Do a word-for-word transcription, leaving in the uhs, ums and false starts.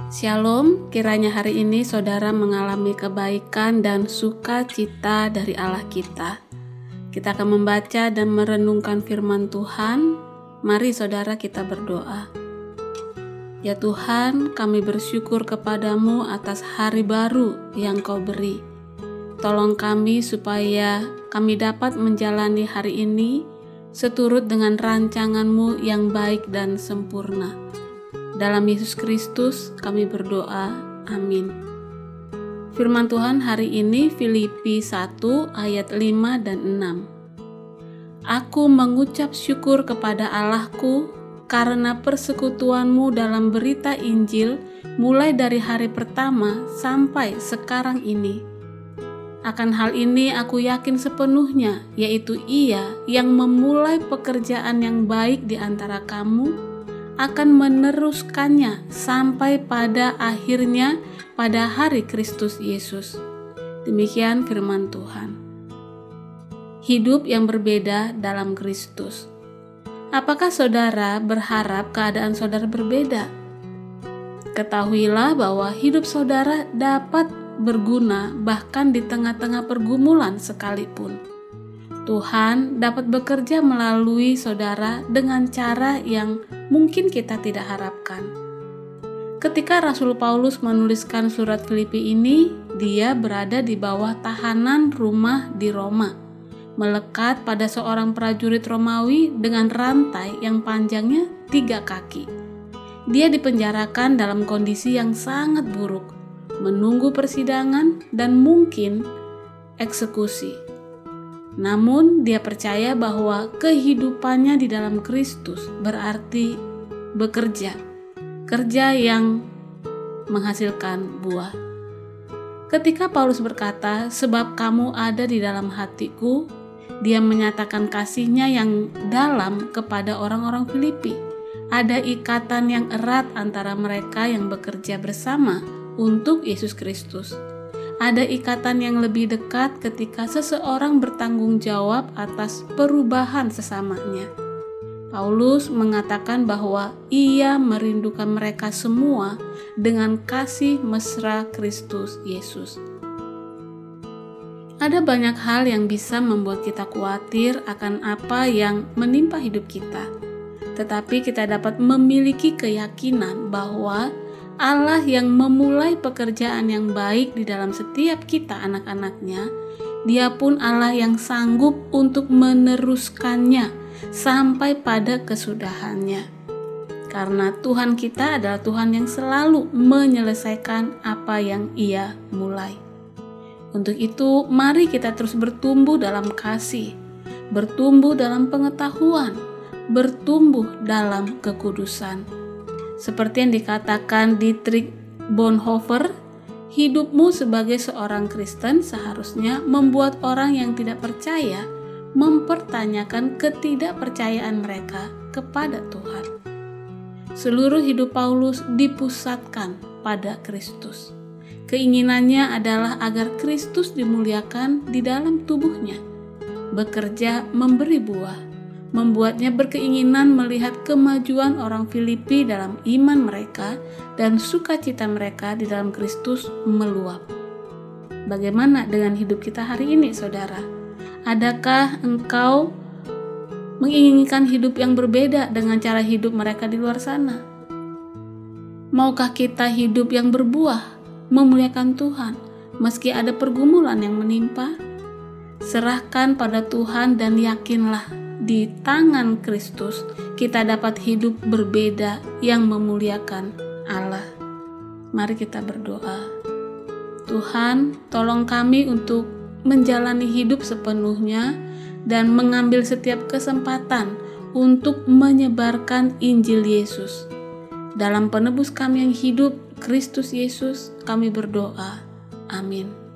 Shalom, kiranya hari ini saudara mengalami kebaikan dan sukacita dari Allah kita. Kita akan membaca dan merenungkan firman Tuhan. Mari saudara kita berdoa. Ya Tuhan, kami bersyukur kepadamu atas hari baru yang Kau beri. Tolong kami supaya kami dapat menjalani hari ini seturut dengan rancangan-Mu yang baik dan sempurna. Dalam Yesus Kristus kami berdoa, amin. Firman Tuhan hari ini Filipi satu ayat lima dan enam. Aku mengucap syukur kepada Allahku karena persekutuanmu dalam berita Injil mulai dari hari pertama sampai sekarang ini. Akan hal ini aku yakin sepenuhnya, yaitu Ia yang memulai pekerjaan yang baik di antara kamu akan meneruskannya sampai pada akhirnya pada hari Kristus Yesus. Demikian firman Tuhan. Hidup yang berbeda dalam Kristus. Apakah saudara berharap keadaan saudara berbeda? Ketahuilah bahwa hidup saudara dapat berguna bahkan di tengah-tengah pergumulan sekalipun. Tuhan dapat bekerja melalui saudara dengan cara yang mungkin kita tidak harapkan. Ketika Rasul Paulus menuliskan surat Filipi ini, dia berada di bawah tahanan rumah di Roma, melekat pada seorang prajurit Romawi dengan rantai yang panjangnya tiga kaki. Dia dipenjarakan dalam kondisi yang sangat buruk, menunggu persidangan dan mungkin eksekusi. Namun dia percaya bahwa kehidupannya di dalam Kristus berarti bekerja, kerja yang menghasilkan buah. Ketika Paulus berkata, sebab kamu ada di dalam hatiku, dia menyatakan kasihnya yang dalam kepada orang-orang Filipi. Ada ikatan yang erat antara mereka yang bekerja bersama untuk Yesus Kristus. Ada ikatan yang lebih dekat ketika seseorang bertanggung jawab atas perubahan sesamanya. Paulus mengatakan bahwa ia merindukan mereka semua dengan kasih mesra Kristus Yesus. Ada banyak hal yang bisa membuat kita khawatir akan apa yang menimpa hidup kita. Tetapi kita dapat memiliki keyakinan bahwa Allah yang memulai pekerjaan yang baik di dalam setiap kita anak-anaknya, Dia pun Allah yang sanggup untuk meneruskannya sampai pada kesudahannya. Karena Tuhan kita adalah Tuhan yang selalu menyelesaikan apa yang Ia mulai. Untuk itu, mari kita terus bertumbuh dalam kasih, bertumbuh dalam pengetahuan, bertumbuh dalam kekudusan. Seperti yang dikatakan Dietrich Bonhoeffer, hidupmu sebagai seorang Kristen seharusnya membuat orang yang tidak percaya mempertanyakan ketidakpercayaan mereka kepada Tuhan. Seluruh hidup Paulus dipusatkan pada Kristus. Keinginannya adalah agar Kristus dimuliakan di dalam tubuhnya, bekerja memberi buah, membuatnya berkeinginan melihat kemajuan orang Filipi dalam iman mereka dan sukacita mereka di dalam Kristus meluap. Bagaimana dengan hidup kita hari ini, saudara? Adakah engkau menginginkan hidup yang berbeda dengan cara hidup mereka di luar sana? Maukah kita hidup yang berbuah, memuliakan Tuhan, meski ada pergumulan yang menimpa? Serahkan pada Tuhan dan yakinlah, di tangan Kristus kita dapat hidup berbeda yang memuliakan Allah. Mari kita berdoa. Tuhan, tolong kami untuk menjalani hidup sepenuhnya dan mengambil setiap kesempatan untuk menyebarkan Injil Yesus. Dalam penebus kami yang hidup, Kristus Yesus, kami berdoa. Amin.